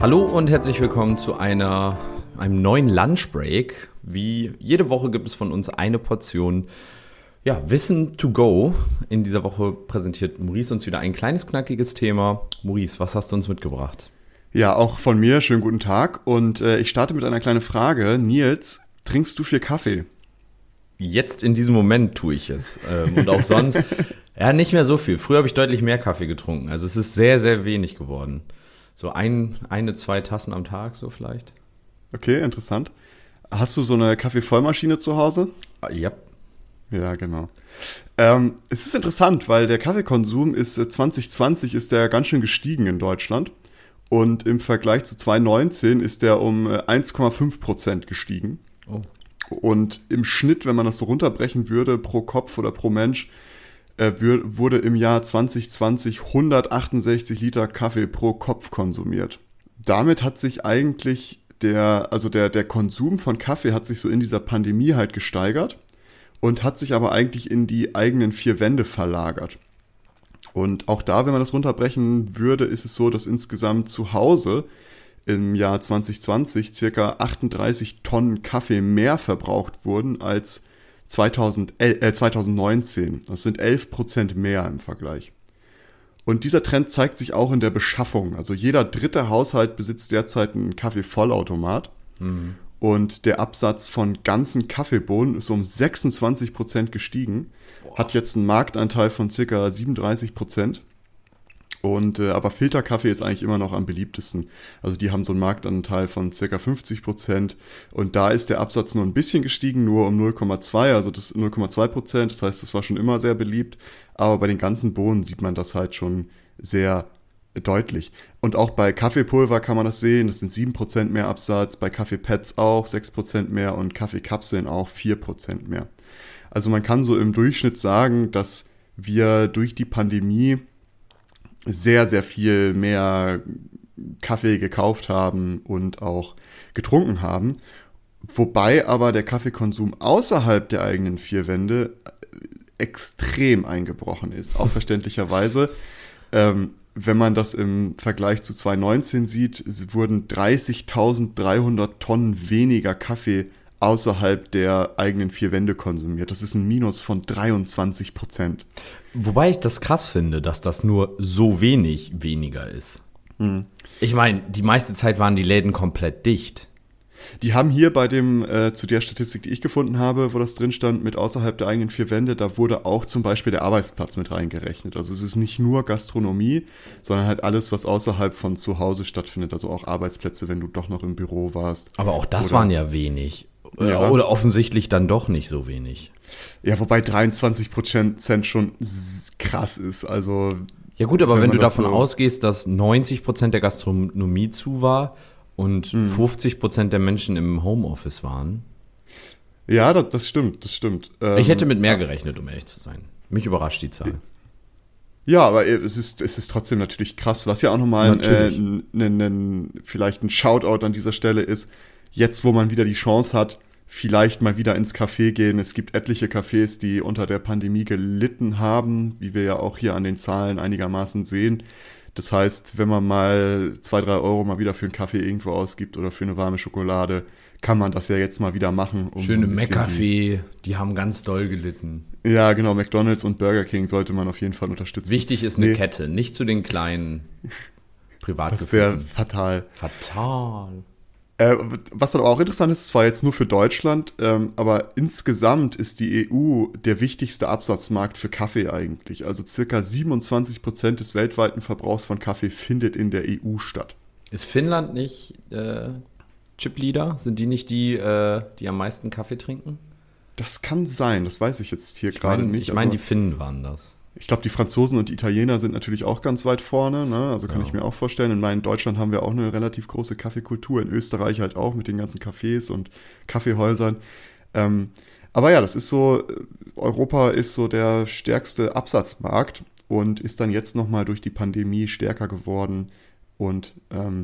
Hallo und herzlich willkommen zu einem neuen Lunchbreak. Wie jede Woche gibt es von uns eine Portion Wissen to go. In dieser Woche präsentiert Maurice uns wieder ein kleines, knackiges Thema. Maurice, was hast du uns mitgebracht? Ja, auch von mir, schönen guten Tag. Und ich starte mit einer kleinen Frage. Nils, trinkst du viel Kaffee? Jetzt in diesem Moment tue ich es. Und auch sonst, nicht mehr so viel. Früher habe ich deutlich mehr Kaffee getrunken. Also es ist sehr, sehr wenig geworden. So eine, 2 Tassen am Tag, so vielleicht. Okay, interessant. Hast du so eine Kaffeevollmaschine zu Hause? Ja. Ja, genau. Es ist interessant, weil der Kaffeekonsum 2020 ist der ganz schön gestiegen in Deutschland. Und im Vergleich zu 2019 ist der um 1,5% gestiegen. Oh. Und im Schnitt, wenn man das so runterbrechen würde, pro Kopf oder pro Mensch, wurde im Jahr 2020 168 Liter Kaffee pro Kopf konsumiert. Damit hat sich eigentlich der Konsum von Kaffee hat sich so in dieser Pandemie halt gesteigert und hat sich aber eigentlich in die eigenen 4 Wände verlagert. Und auch da, wenn man das runterbrechen würde, ist es so, dass insgesamt zu Hause im Jahr 2020 circa 38 Tonnen Kaffee mehr verbraucht wurden als 2019. Das sind 11% mehr im Vergleich. Und dieser Trend zeigt sich auch in der Beschaffung. Also jeder dritte Haushalt besitzt derzeit einen Kaffeevollautomat. Mhm. Und der Absatz von ganzen Kaffeebohnen ist um 26% gestiegen. Boah. Hat jetzt einen Marktanteil von ca. 37%. Und aber Filterkaffee ist eigentlich immer noch am beliebtesten. Also die haben so einen Marktanteil von ca. 50%. Und da ist der Absatz nur ein bisschen gestiegen, nur um 0,2, also das 0,2%. Das heißt, das war schon immer sehr beliebt. Aber bei den ganzen Bohnen sieht man das halt schon sehr deutlich. Und auch bei Kaffeepulver kann man das sehen. Das sind 7% mehr Absatz. Bei Kaffeepads auch 6% mehr und Kaffeekapseln auch 4% mehr. Also man kann so im Durchschnitt sagen, dass wir durch die Pandemie sehr, sehr viel mehr Kaffee gekauft haben und auch getrunken haben. Wobei aber der Kaffeekonsum außerhalb der eigenen 4 Wände extrem eingebrochen ist. Auch verständlicherweise. Wenn man das im Vergleich zu 2019 sieht, wurden 30.300 Tonnen weniger Kaffee außerhalb der eigenen 4 Wände konsumiert. Das ist ein Minus von 23%. Wobei ich das krass finde, dass das nur so wenig weniger ist. Mhm. Ich meine, die meiste Zeit waren die Läden komplett dicht. Die haben hier bei dem, zu der Statistik, die ich gefunden habe, wo das drin stand, mit außerhalb der eigenen 4 Wände, da wurde auch zum Beispiel der Arbeitsplatz mit reingerechnet. Also es ist nicht nur Gastronomie, sondern halt alles, was außerhalb von zu Hause stattfindet. Also auch Arbeitsplätze, wenn du doch noch im Büro warst. Aber auch das waren ja wenig. Ja. Oder offensichtlich dann doch nicht so wenig. Ja, wobei 23% schon krass ist. Also ja gut, aber wenn du davon ausgehst, dass 90% der Gastronomie zu war und 50% der Menschen im Homeoffice waren. Ja, das stimmt. Ich hätte mit mehr gerechnet, um ehrlich zu sein. Mich überrascht die Zahl. Ja, aber es ist trotzdem natürlich krass. Was ja auch nochmal vielleicht ein Shoutout an dieser Stelle ist, jetzt, wo man wieder die Chance hat, vielleicht mal wieder ins Café gehen. Es gibt etliche Cafés, die unter der Pandemie gelitten haben, wie wir ja auch hier an den Zahlen einigermaßen sehen. Das heißt, wenn man mal 2-3 Euro mal wieder für einen Kaffee irgendwo ausgibt oder für eine warme Schokolade, kann man das ja jetzt mal wieder machen. Schöne McCafé, die haben ganz doll gelitten. Ja, genau, McDonald's und Burger King sollte man auf jeden Fall unterstützen. Wichtig ist eine Kette, nicht zu den kleinen Privatgefühlen. Das wäre fatal. Fatal. Was dann auch interessant ist, zwar jetzt nur für Deutschland, aber insgesamt ist die EU der wichtigste Absatzmarkt für Kaffee eigentlich. Also circa 27% des weltweiten Verbrauchs von Kaffee findet in der EU statt. Ist Finnland nicht Chip-Leader? Sind die nicht die am meisten Kaffee trinken? Das kann sein, das weiß ich jetzt hier gerade nicht. Ich meine, die Finnen waren das. Ich glaube, die Franzosen und die Italiener sind natürlich auch ganz weit vorne, ne? Also kann ich mir auch vorstellen. In Deutschland haben wir auch eine relativ große Kaffeekultur, in Österreich halt auch mit den ganzen Cafés und Kaffeehäusern. Aber ja, das ist so, Europa ist so der stärkste Absatzmarkt und ist dann jetzt nochmal durch die Pandemie stärker geworden und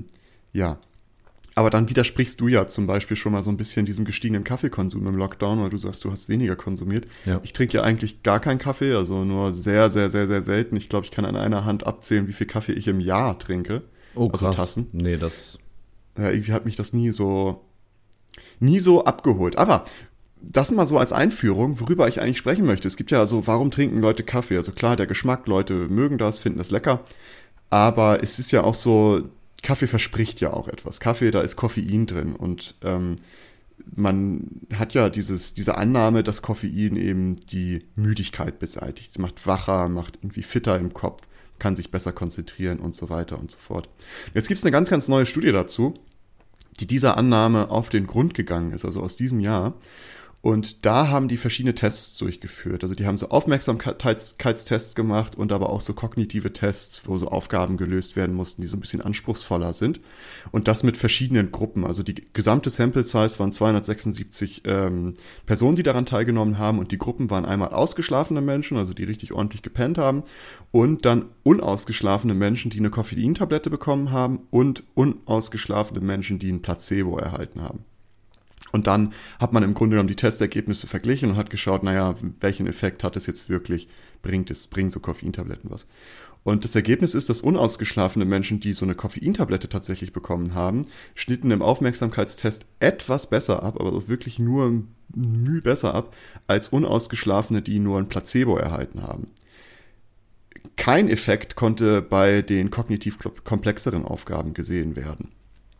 Aber dann widersprichst du ja zum Beispiel schon mal so ein bisschen diesem gestiegenen Kaffeekonsum im Lockdown, weil du sagst, du hast weniger konsumiert. Ja. Ich trinke ja eigentlich gar keinen Kaffee, also nur sehr, sehr, sehr, sehr selten. Ich glaube, ich kann an einer Hand abzählen, wie viel Kaffee ich im Jahr trinke. Oh, also krass. Tassen. Nee, das irgendwie hat mich das nie so abgeholt. Aber das mal so als Einführung, worüber ich eigentlich sprechen möchte. Es gibt ja so, warum trinken Leute Kaffee? Also klar, der Geschmack, Leute mögen das, finden das lecker. Aber es ist ja auch so, Kaffee verspricht ja auch etwas. Kaffee, da ist Koffein drin. Und man hat ja diese Annahme, dass Koffein eben die Müdigkeit beseitigt. Es macht wacher, macht irgendwie fitter im Kopf, kann sich besser konzentrieren und so weiter und so fort. Jetzt gibt es eine ganz, ganz neue Studie dazu, die dieser Annahme auf den Grund gegangen ist, also aus diesem Jahr. Und da haben die verschiedene Tests durchgeführt. Also die haben so Aufmerksamkeitstests gemacht und aber auch so kognitive Tests, wo so Aufgaben gelöst werden mussten, die so ein bisschen anspruchsvoller sind. Und das mit verschiedenen Gruppen. Also die gesamte Sample Size waren 276 Personen, die daran teilgenommen haben. Und die Gruppen waren einmal ausgeschlafene Menschen, also die richtig ordentlich gepennt haben. Und dann unausgeschlafene Menschen, die eine Koffeintablette bekommen haben. Und unausgeschlafene Menschen, die ein Placebo erhalten haben. Und dann hat man im Grunde genommen die Testergebnisse verglichen und hat geschaut, naja, welchen Effekt hat es jetzt wirklich, bringen so Koffeintabletten was. Und das Ergebnis ist, dass unausgeschlafene Menschen, die so eine Koffeintablette tatsächlich bekommen haben, schnitten im Aufmerksamkeitstest etwas besser ab, aber auch wirklich nur ein Mühe besser ab, als unausgeschlafene, die nur ein Placebo erhalten haben. Kein Effekt konnte bei den kognitiv komplexeren Aufgaben gesehen werden.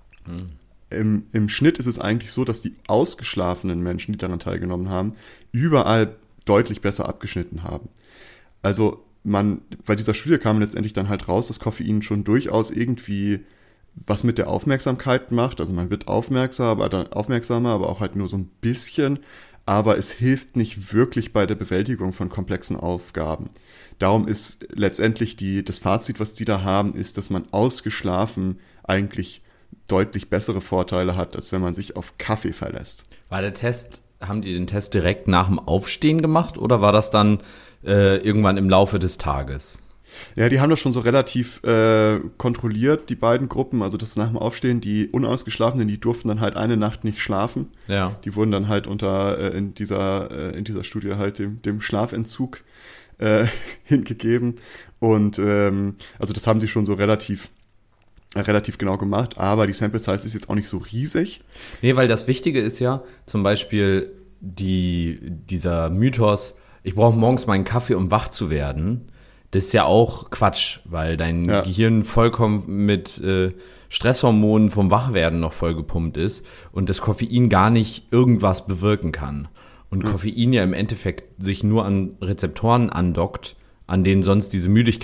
Im Schnitt ist es eigentlich so, dass die ausgeschlafenen Menschen, die daran teilgenommen haben, überall deutlich besser abgeschnitten haben. Also bei dieser Studie kam letztendlich dann halt raus, dass Koffein schon durchaus irgendwie was mit der Aufmerksamkeit macht. Also man wird aufmerksamer, aber auch halt nur so ein bisschen. Aber es hilft nicht wirklich bei der Bewältigung von komplexen Aufgaben. Darum ist letztendlich das Fazit, was die da haben, ist, dass man ausgeschlafen eigentlich deutlich bessere Vorteile hat, als wenn man sich auf Kaffee verlässt. Haben die den Test direkt nach dem Aufstehen gemacht oder war das dann irgendwann im Laufe des Tages? Ja, die haben das schon so relativ kontrolliert, die beiden Gruppen. Also das nach dem Aufstehen, die Unausgeschlafenen, die durften dann halt eine Nacht nicht schlafen. Ja. Die wurden dann halt in dieser Studie halt dem Schlafentzug hingegeben. Und also das haben sie schon so relativ genau gemacht, aber die Sample Size ist jetzt auch nicht so riesig. Nee, weil das Wichtige ist ja zum Beispiel dieser Mythos, ich brauche morgens meinen Kaffee, um wach zu werden. Das ist ja auch Quatsch, weil dein Gehirn vollkommen mit Stresshormonen vom Wachwerden noch vollgepumpt ist und das Koffein gar nicht irgendwas bewirken kann. Und Koffein ja im Endeffekt sich nur an Rezeptoren andockt, an denen sonst diese ich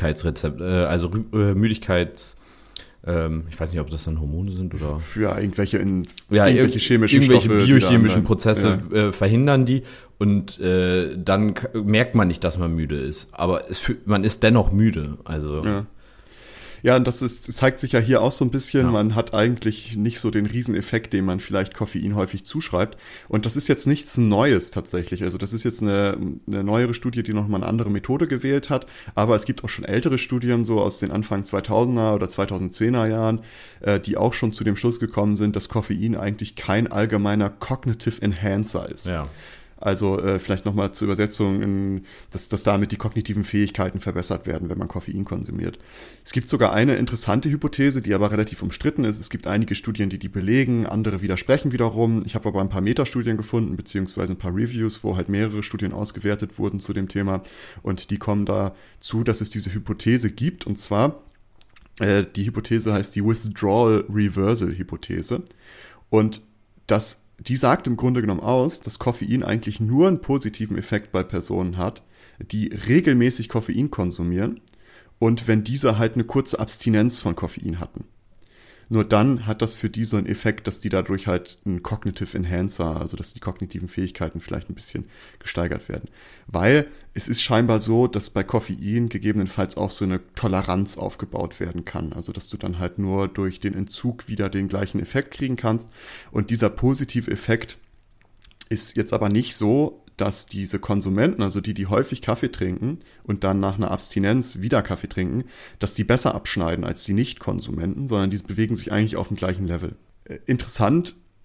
weiß nicht, ob das dann Hormone sind oder... Ja, irgendwelche chemische Stoffe. Irgendwelche biochemischen Prozesse verhindern die und dann merkt man nicht, dass man müde ist. Aber man ist dennoch müde. Also Ja, und das zeigt sich ja hier auch so ein bisschen, man hat eigentlich nicht so den Rieseneffekt, den man vielleicht Koffein häufig zuschreibt. Und das ist jetzt nichts Neues tatsächlich. Also das ist jetzt eine neuere Studie, die nochmal eine andere Methode gewählt hat. Aber es gibt auch schon ältere Studien, so aus den Anfang 2000er oder 2010er Jahren, die auch schon zu dem Schluss gekommen sind, dass Koffein eigentlich kein allgemeiner Cognitive Enhancer ist. Ja. Also vielleicht nochmal zur Übersetzung, dass damit die kognitiven Fähigkeiten verbessert werden, wenn man Koffein konsumiert. Es gibt sogar eine interessante Hypothese, die aber relativ umstritten ist. Es gibt einige Studien, die belegen, andere widersprechen wiederum. Ich habe aber ein paar Metastudien gefunden, beziehungsweise ein paar Reviews, wo halt mehrere Studien ausgewertet wurden zu dem Thema. Und die kommen dazu, dass es diese Hypothese gibt. Und zwar, die Hypothese heißt die Withdrawal-Reversal-Hypothese. Und die sagt im Grunde genommen aus, dass Koffein eigentlich nur einen positiven Effekt bei Personen hat, die regelmäßig Koffein konsumieren und wenn diese halt eine kurze Abstinenz von Koffein hatten. Nur dann hat das für die so einen Effekt, dass die dadurch halt ein Cognitive Enhancer, also dass die kognitiven Fähigkeiten vielleicht ein bisschen gesteigert werden. Weil es ist scheinbar so, dass bei Koffein gegebenenfalls auch so eine Toleranz aufgebaut werden kann. Also dass du dann halt nur durch den Entzug wieder den gleichen Effekt kriegen kannst. Und dieser positive Effekt ist jetzt aber nicht so, dass diese Konsumenten, also die häufig Kaffee trinken und dann nach einer Abstinenz wieder Kaffee trinken, dass die besser abschneiden als die Nicht-Konsumenten, sondern die bewegen sich eigentlich auf dem gleichen Level. Interessant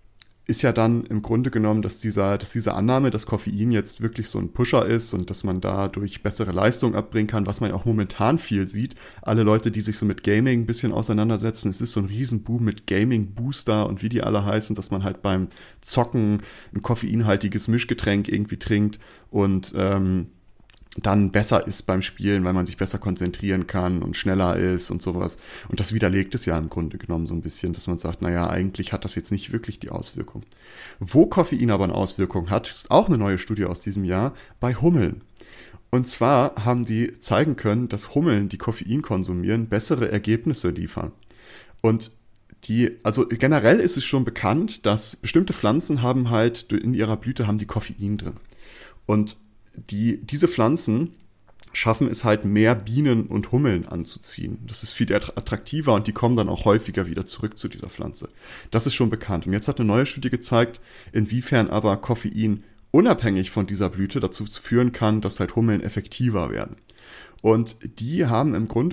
ist ja dann im Grunde genommen, dass diese Annahme, dass Koffein jetzt wirklich so ein Pusher ist und dass man dadurch bessere Leistung abbringen kann, was man ja auch momentan viel sieht. Alle Leute, die sich so mit Gaming ein bisschen auseinandersetzen, es ist so ein Riesenboom mit Gaming-Booster und wie die alle heißen, dass man halt beim Zocken ein koffeinhaltiges Mischgetränk irgendwie trinkt und dann besser ist beim Spielen, weil man sich besser konzentrieren kann und schneller ist und sowas. Und das widerlegt es ja im Grunde genommen so ein bisschen, dass man sagt, naja, eigentlich hat das jetzt nicht wirklich die Auswirkung. Wo Koffein aber eine Auswirkung hat, ist auch eine neue Studie aus diesem Jahr, bei Hummeln. Und zwar haben die zeigen können, dass Hummeln, die Koffein konsumieren, bessere Ergebnisse liefern. Und also generell ist es schon bekannt, dass bestimmte Pflanzen haben halt, in ihrer Blüte haben die Koffein drin. Und diese Pflanzen schaffen es halt, mehr Bienen und Hummeln anzuziehen. Das ist viel attraktiver und die kommen dann auch häufiger wieder zurück zu dieser Pflanze. Das ist schon bekannt. Und jetzt hat eine neue Studie gezeigt, inwiefern aber Koffein unabhängig von dieser Blüte dazu führen kann, dass halt Hummeln effektiver werden. Und die haben Hummeln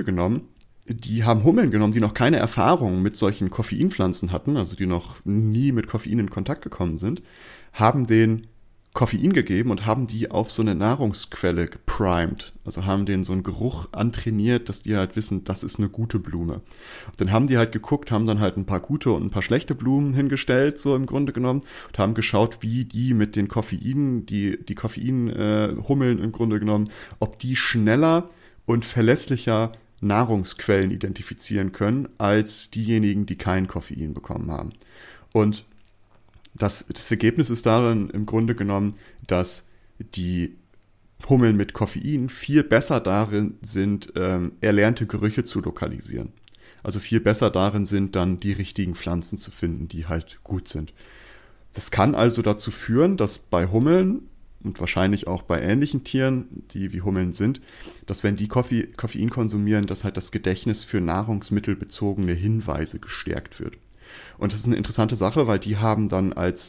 genommen, die noch keine Erfahrung mit solchen Koffeinpflanzen hatten, also die noch nie mit Koffein in Kontakt gekommen sind, haben denen Koffein gegeben und haben die auf so eine Nahrungsquelle geprimed. Also haben denen so einen Geruch antrainiert, dass die halt wissen, das ist eine gute Blume. Und dann haben die halt geguckt, haben dann halt ein paar gute und ein paar schlechte Blumen hingestellt, so im Grunde genommen, und haben geschaut, wie die mit den die Koffein-Hummeln im Grunde genommen, ob die schneller und verlässlicher Nahrungsquellen identifizieren können, als diejenigen, die kein Koffein bekommen haben. Und das Ergebnis ist darin im Grunde genommen, dass die Hummeln mit Koffein viel besser darin sind, erlernte Gerüche zu lokalisieren. Also viel besser darin sind, dann die richtigen Pflanzen zu finden, die halt gut sind. Das kann also dazu führen, dass bei Hummeln und wahrscheinlich auch bei ähnlichen Tieren, die wie Hummeln sind, dass wenn die Koffein konsumieren, dass halt das Gedächtnis für nahrungsmittelbezogene Hinweise gestärkt wird. Und das ist eine interessante Sache, weil die haben dann als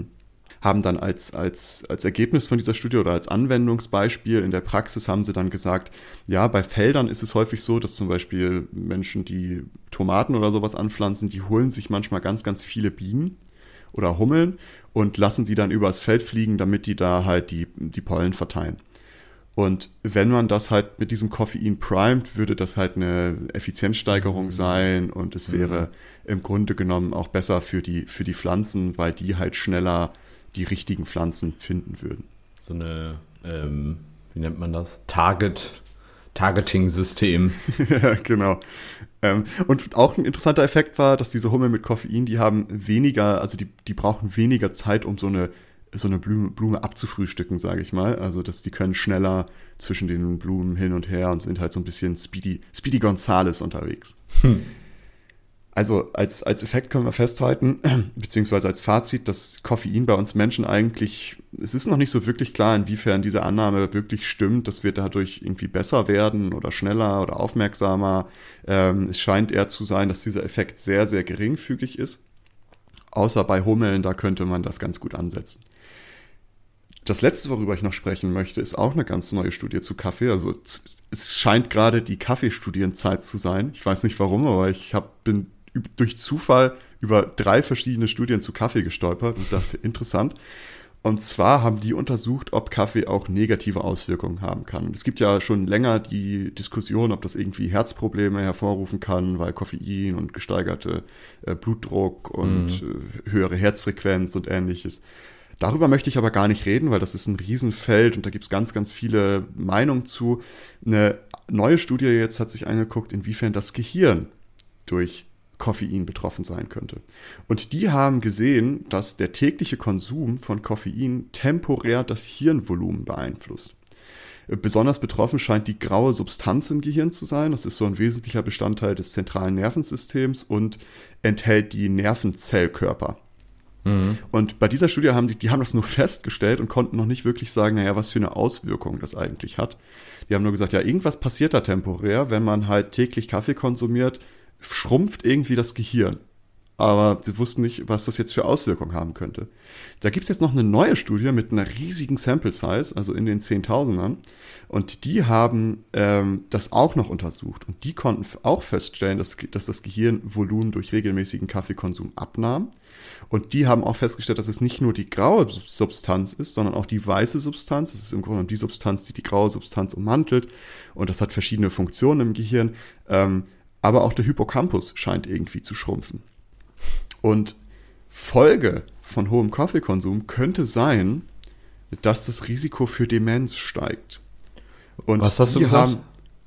Ergebnis von dieser Studie oder als Anwendungsbeispiel in der Praxis haben sie dann gesagt, ja, bei Feldern ist es häufig so, dass zum Beispiel Menschen, die Tomaten oder sowas anpflanzen, die holen sich manchmal ganz, ganz viele Bienen oder Hummeln und lassen die dann übers Feld fliegen, damit die da halt die Pollen verteilen. Und wenn man das halt mit diesem Koffein primet, würde das halt eine Effizienzsteigerung sein und es wäre im Grunde genommen auch besser für die Pflanzen, weil die halt schneller die richtigen Pflanzen finden würden. So eine, wie nennt man das? Targeting-System. Ja, genau. Und auch ein interessanter Effekt war, dass diese Hummeln mit Koffein, die haben weniger, also die brauchen weniger Zeit, um so eine Blume abzufrühstücken, sage ich mal. Also die können schneller zwischen den Blumen hin und her und sind halt so ein bisschen Speedy Gonzales unterwegs. Also als Effekt können wir festhalten, beziehungsweise als Fazit, dass Koffein bei uns Menschen eigentlich, es ist noch nicht so wirklich klar, inwiefern diese Annahme wirklich stimmt, dass wir dadurch irgendwie besser werden oder schneller oder aufmerksamer. Es scheint eher zu sein, dass dieser Effekt sehr, sehr geringfügig ist. Außer bei Hummeln, da könnte man das ganz gut ansetzen. Das Letzte, worüber ich noch sprechen möchte, ist auch eine ganz neue Studie zu Kaffee. Also es scheint gerade die Kaffeestudienzeit zu sein. Ich weiß nicht warum, aber ich bin durch Zufall über 3 verschiedene Studien zu Kaffee gestolpert und dachte, interessant. Und zwar haben die untersucht, ob Kaffee auch negative Auswirkungen haben kann. Es gibt ja schon länger die Diskussion, ob das irgendwie Herzprobleme hervorrufen kann, weil Koffein und gesteigerte Blutdruck und höhere Herzfrequenz und ähnliches. Darüber möchte ich aber gar nicht reden, weil das ist ein Riesenfeld und da gibt es ganz, ganz viele Meinungen zu. Eine neue Studie jetzt hat sich angeguckt, inwiefern das Gehirn durch Koffein betroffen sein könnte. Und die haben gesehen, dass der tägliche Konsum von Koffein temporär das Hirnvolumen beeinflusst. Besonders betroffen scheint die graue Substanz im Gehirn zu sein. Das ist so ein wesentlicher Bestandteil des zentralen Nervensystems und enthält die Nervenzellkörper. Und bei dieser Studie haben die haben das nur festgestellt und konnten noch nicht wirklich sagen, naja, was für eine Auswirkung das eigentlich hat. Die haben nur gesagt, ja, irgendwas passiert da temporär, wenn man halt täglich Kaffee konsumiert, schrumpft irgendwie das Gehirn. aber sie wussten nicht, was das jetzt für Auswirkungen haben könnte. Da gibt es jetzt noch eine neue Studie mit einer riesigen Sample Size, also in den Zehntausendern, und die haben das auch noch untersucht und die konnten auch feststellen, dass das Gehirnvolumen durch regelmäßigen Kaffeekonsum abnahm, und die haben auch festgestellt, dass es nicht nur die graue Substanz ist, sondern auch die weiße Substanz. Das ist im Grunde die Substanz, die graue Substanz ummantelt, und das hat verschiedene Funktionen im Gehirn, aber auch der Hippocampus scheint irgendwie zu schrumpfen. Und Folge von hohem Kaffeekonsum könnte sein, dass das Risiko für Demenz steigt. Und was hast du gesagt?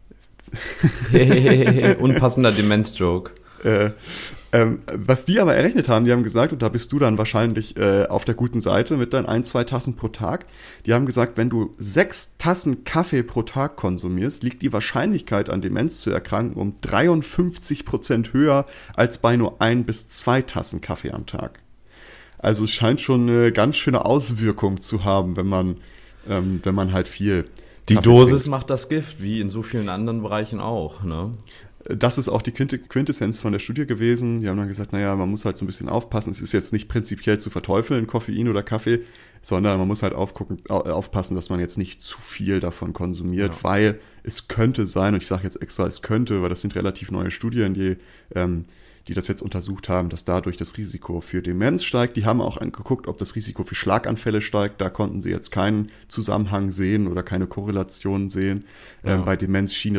Unpassender Demenz-Joke. Was die aber errechnet haben, die haben gesagt, und da bist du dann wahrscheinlich auf der guten Seite mit deinen 1-2 Tassen pro Tag, die haben gesagt, wenn du 6 Tassen Kaffee pro Tag konsumierst, liegt die Wahrscheinlichkeit an Demenz zu erkranken um 53% höher als bei nur 1 bis 2 Tassen Kaffee am Tag. Also es scheint schon eine ganz schöne Auswirkung zu haben, wenn man halt viel Die Kaffee Dosis trinkt. macht das Gift, wie in so vielen anderen Bereichen auch, ne? Das ist auch die Quintessenz von der Studie gewesen. Die haben dann gesagt, naja, man muss halt so ein bisschen aufpassen. Es ist jetzt nicht prinzipiell zu verteufeln, Koffein oder Kaffee, sondern man muss halt aufpassen, dass man jetzt nicht zu viel davon konsumiert, Ja. weil es könnte sein, und ich sage jetzt extra, es könnte, weil das sind relativ neue Studien, die das jetzt untersucht haben, dass dadurch das Risiko für Demenz steigt. Die haben auch angeguckt, ob das Risiko für Schlaganfälle steigt. Da konnten sie jetzt keinen Zusammenhang sehen oder keine Korrelation sehen. Ja. Bei Demenz schien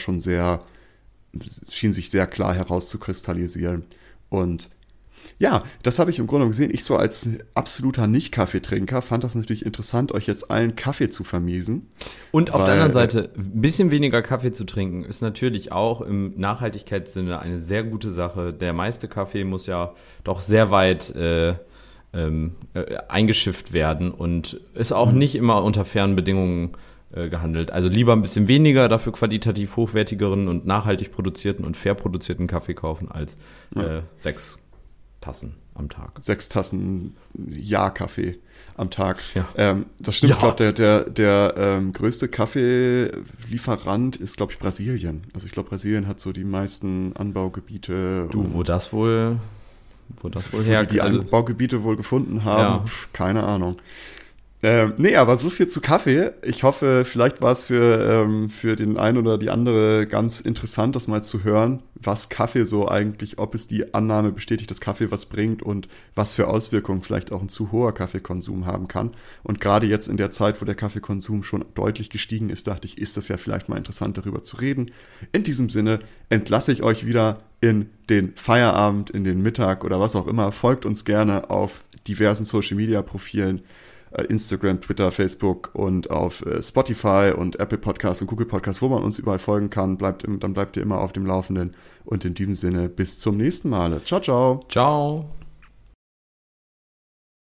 sich sehr klar herauszukristallisieren. Und ja, das habe ich im Grunde gesehen. Ich so als absoluter Nicht-Kaffeetrinker fand das natürlich interessant, euch jetzt allen Kaffee zu vermiesen. Und auf der anderen Seite, ein bisschen weniger Kaffee zu trinken, ist natürlich auch im Nachhaltigkeitssinne eine sehr gute Sache. Der meiste Kaffee muss ja doch sehr weit eingeschifft werden und ist auch nicht immer unter fairen Bedingungen gehandelt. Also lieber ein bisschen weniger, dafür qualitativ hochwertigeren und nachhaltig produzierten und fair produzierten Kaffee kaufen als 6 Tassen am Tag. 6 Tassen Kaffee am Tag. Ja. Das stimmt, Ja. ich glaube, der größte Kaffeelieferant ist, glaube ich, Brasilien. Also ich glaube, Brasilien hat so die meisten Anbaugebiete. Wo das wohl Die Anbaugebiete wohl gefunden haben, Ja. Keine Ahnung. Nee, aber so viel zu Kaffee. Ich hoffe, vielleicht war es für den einen oder die andere ganz interessant, das mal zu hören, was Kaffee so eigentlich, ob es die Annahme bestätigt, dass Kaffee was bringt und was für Auswirkungen vielleicht auch ein zu hoher Kaffeekonsum haben kann. Und gerade jetzt in der Zeit, wo der Kaffeekonsum schon deutlich gestiegen ist, dachte ich, ist das ja vielleicht mal interessant, darüber zu reden. In diesem Sinne entlasse ich euch wieder in den Feierabend, in den Mittag oder was auch immer. Folgt uns gerne auf diversen Social-Media-Profilen, Instagram, Twitter, Facebook und auf Spotify und Apple Podcasts und Google Podcasts, wo man uns überall folgen kann. Dann bleibt ihr immer auf dem Laufenden. Und in diesem Sinne, bis zum nächsten Mal. Ciao, ciao. Ciao.